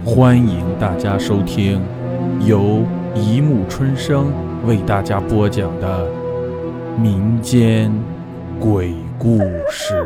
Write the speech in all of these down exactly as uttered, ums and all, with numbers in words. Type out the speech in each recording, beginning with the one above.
欢迎大家收听由一木春生为大家播讲的民间鬼故事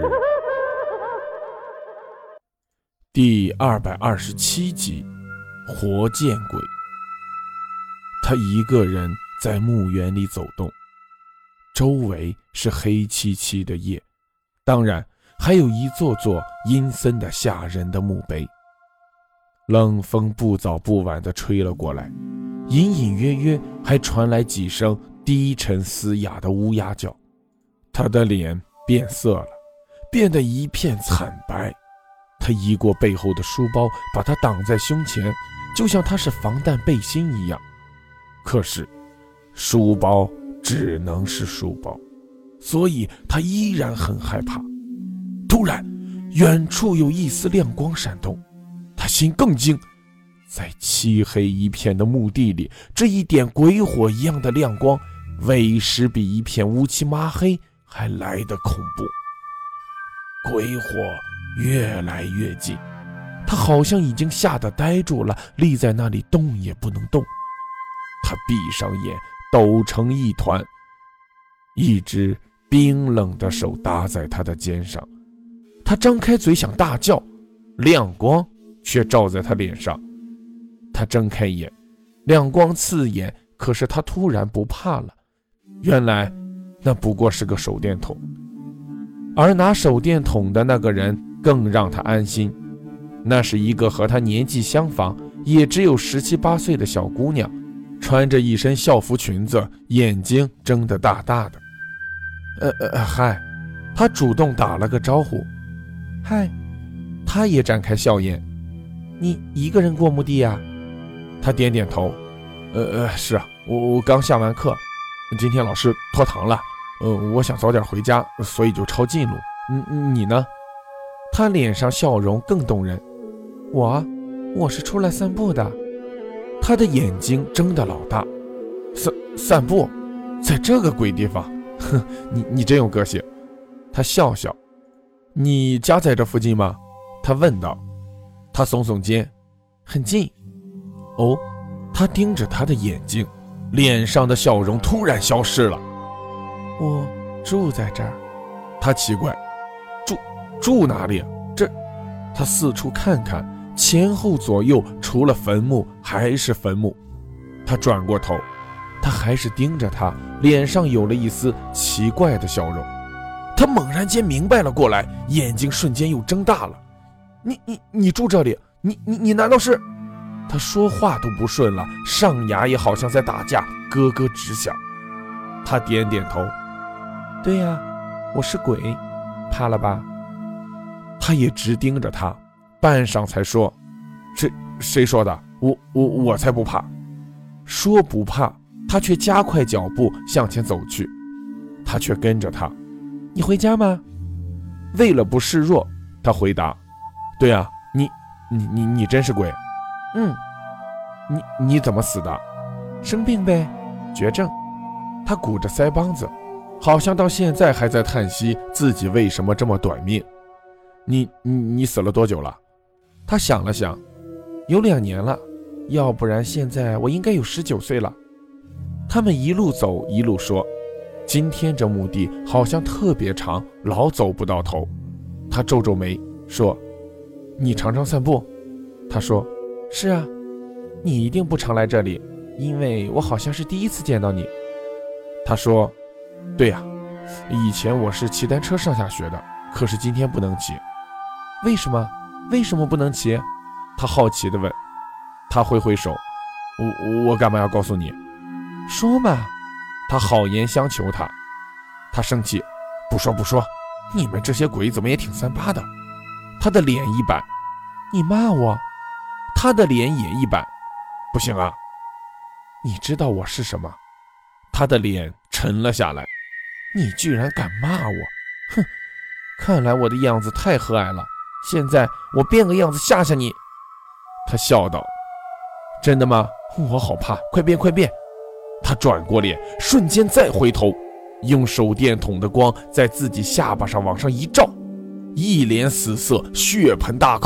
第二百二十七集，活见鬼。他一个人在墓园里走动，周围是黑漆漆的夜，当然还有一座座阴森的吓人的墓碑。冷风不早不晚地吹了过来，隐隐约约还传来几声低沉嘶哑的乌鸦叫。他的脸变色了，变得一片惨白。他移过背后的书包，把它挡在胸前，就像它是防弹背心一样。可是书包只能是书包，所以他依然很害怕。突然远处有一丝亮光闪动，他心更惊，在漆黑一片的墓地里，这一点鬼火一样的亮光委实比一片乌漆麻黑还来得恐怖。鬼火越来越近，他好像已经吓得呆住了，立在那里动也不能动。他闭上眼，抖成一团，一只冰冷的手搭在他的肩上。他张开嘴想大叫，亮光却照在他脸上。他睁开眼，亮光刺眼，可是他突然不怕了。原来那不过是个手电筒，而拿手电筒的那个人更让他安心。那是一个和他年纪相仿，也只有十七八岁的小姑娘，穿着一身校服裙子，眼睛睁得大大的。呃呃嗨，他主动打了个招呼。嗨，他也展开笑颜。你一个人过墓地啊？他点点头。呃呃，是啊，我我刚下完课，今天老师拖堂了，呃，我想早点回家，所以就抄近路。嗯，你呢？他脸上笑容更动人。我，我是出来散步的。他的眼睛睁得老大。散散步，在这个鬼地方？哼，你你真有个性。他笑笑。你家在这附近吗？他问道。他耸耸肩，很近。哦，他盯着他的眼睛，脸上的笑容突然消失了。我住在这儿。他奇怪，住住哪里？这，他四处看看，前后左右除了坟墓还是坟墓。他转过头，他还是盯着他，脸上有了一丝奇怪的笑容。他猛然间明白了过来，眼睛瞬间又睁大了。你你你住这里？你你你难道是？他说话都不顺了，上牙也好像在打架，咯咯直响。他点点头。对呀，我是鬼，怕了吧？他也直盯着他，半晌才说：谁谁说的？我我我才不怕。说不怕，他却加快脚步向前走去。他却跟着他。你回家吗？为了不示弱，他回答：对啊，你你你你真是鬼。嗯。你你怎么死的？生病呗，绝症。他鼓着腮帮子，好像到现在还在叹息自己为什么这么短命。你你你死了多久了？他想了想，有两年了，要不然现在我应该有十九岁了。他们一路走一路说，今天这墓地好像特别长，老走不到头。他皱皱眉说，你常常散步？他说，是啊。你一定不常来这里，因为我好像是第一次见到你。他说，对呀，以前我是骑单车上下学的，可是今天不能骑。为什么？为什么不能骑？他好奇地问。他挥挥手，我我干嘛要告诉你？说嘛。他好言相求他。他生气，不说不说，你们这些鬼怎么也挺三八的。他的脸一板，你骂我？他的脸也一板，不行啊，你知道我是什么？他的脸沉了下来。你居然敢骂我？哼，看来我的样子太和蔼了，现在我变个样子吓吓你。他笑道。真的吗？我好怕，快变快变。他转过脸，瞬间再回头，用手电筒的光在自己下巴上往上一照，一脸死色，血盆大口，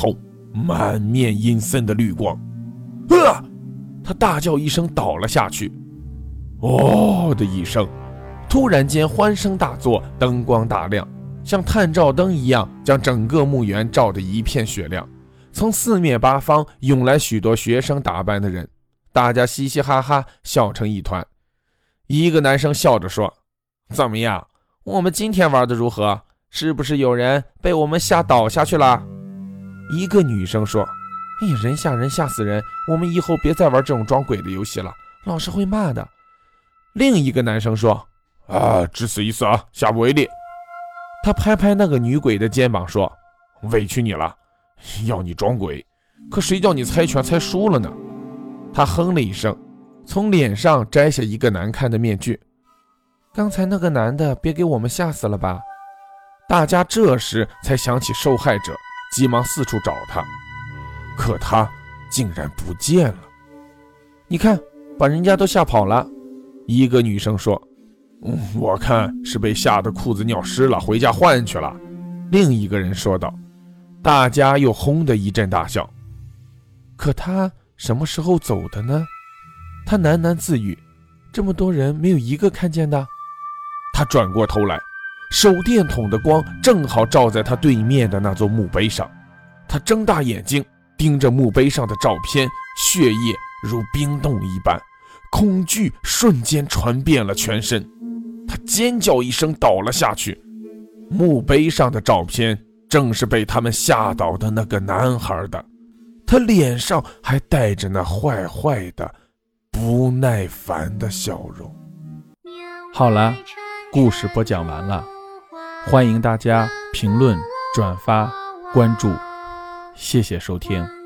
满面阴森的绿光。啊！他大叫一声倒了下去。哦的一声，突然间欢声大作，灯光大亮，像探照灯一样将整个墓园照得一片雪亮。从四面八方涌来许多学生打扮的人，大家嘻嘻哈哈笑成一团。一个男生笑着说：怎么样，我们今天玩的如何？是不是有人被我们吓倒下去了？一个女生说：哎呀，人吓人吓死人，我们以后别再玩这种装鬼的游戏了，老师会骂的。另一个男生说：啊，只此一次啊，下不为例。他拍拍那个女鬼的肩膀说：委屈你了，要你装鬼，可谁叫你猜拳猜输了呢？他哼了一声，从脸上摘下一个难看的面具。刚才那个男的别给我们吓死了吧？大家这时才想起受害者，急忙四处找他，可他竟然不见了。你看，把人家都吓跑了。一个女生说：嗯，我看是被吓得裤子尿湿了，回家换去了。另一个人说道。大家又轰的一阵大笑。可他什么时候走的呢？他喃喃自语，这么多人没有一个看见的。他转过头来，手电筒的光正好照在他对面的那座墓碑上。他睁大眼睛盯着墓碑上的照片，血液如冰冻一般，恐惧瞬间传遍了全身。他尖叫一声倒了下去。墓碑上的照片正是被他们吓倒的那个男孩的，他脸上还带着那坏坏的不耐烦的笑容。 好了，故事播讲完了，欢迎大家评论、转发、关注，谢谢收听。